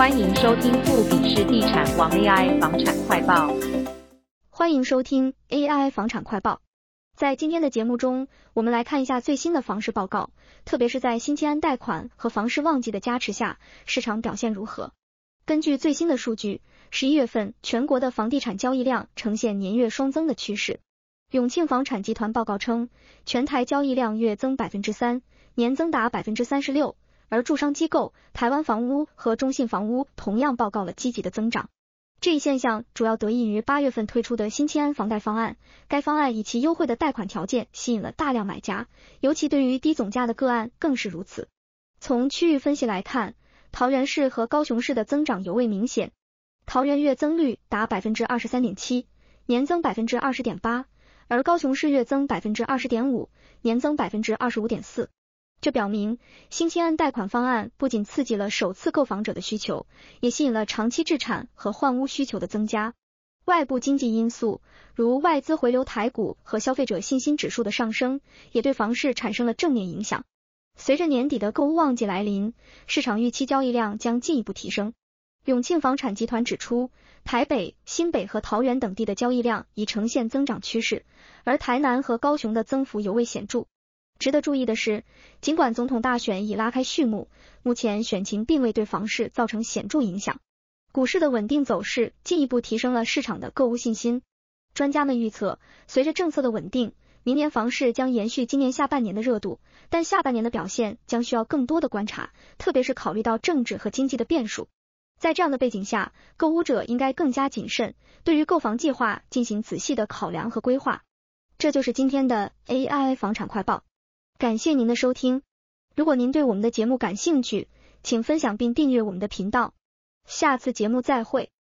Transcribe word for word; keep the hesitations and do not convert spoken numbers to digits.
欢迎收听富比士地产王 A I 房产快报。 欢迎收听 A I 房产快报。在今天的节目中，我们来看一下最新的房市报告，特别是在新青安贷款和房市旺季的加持下，市场表现如何？根据最新的数据，十一月份全国的房地产交易量呈现年月双增的趋势。永庆房产集团报告称，全台交易量月增 百分之三， 年增达 百分之三十六， 而住商机构、台湾房屋和中信房屋同样报告了积极的增长。这一现象主要得益于八月份推出的新青安房贷方案，该方案以其优惠的贷款条件吸引了大量买家，尤其对于低总价的个案更是如此。从区域分析来看，桃园市和高雄市的增长尤为明显，桃园月增率达 百分之二十三点七， 年增 百分之二十点八， 而高雄市月增 百分之二十点五， 年增 百分之二十五点四。这表明，新青安贷款方案不仅刺激了首次购房者的需求，也吸引了长期置产和换屋需求的增加。外部经济因素，如外资回流台股和消费者信心指数的上升，也对房市产生了正面影响。随着年底的购屋旺季来临，市场预期交易量将进一步提升。永庆房产集团指出，台北、新北和桃园等地的交易量已呈现增长趋势，而台南和高雄的增幅尤为显著。值得注意的是，尽管总统大选已拉开序幕，目前选情并未对房市造成显著影响。股市的稳定走势进一步提升了市场的购物信心。专家们预测，随着政策的稳定，明年房市将延续今年下半年的热度，但下半年的表现将需要更多的观察，特别是考虑到政治和经济的变数。在这样的背景下，购屋者应该更加谨慎，对于购房计划进行仔细的考量和规划。这就是今天的 A I 房产快报。感谢您的收听，如果您对我们的节目感兴趣，请分享并订阅我们的频道。下次节目再会。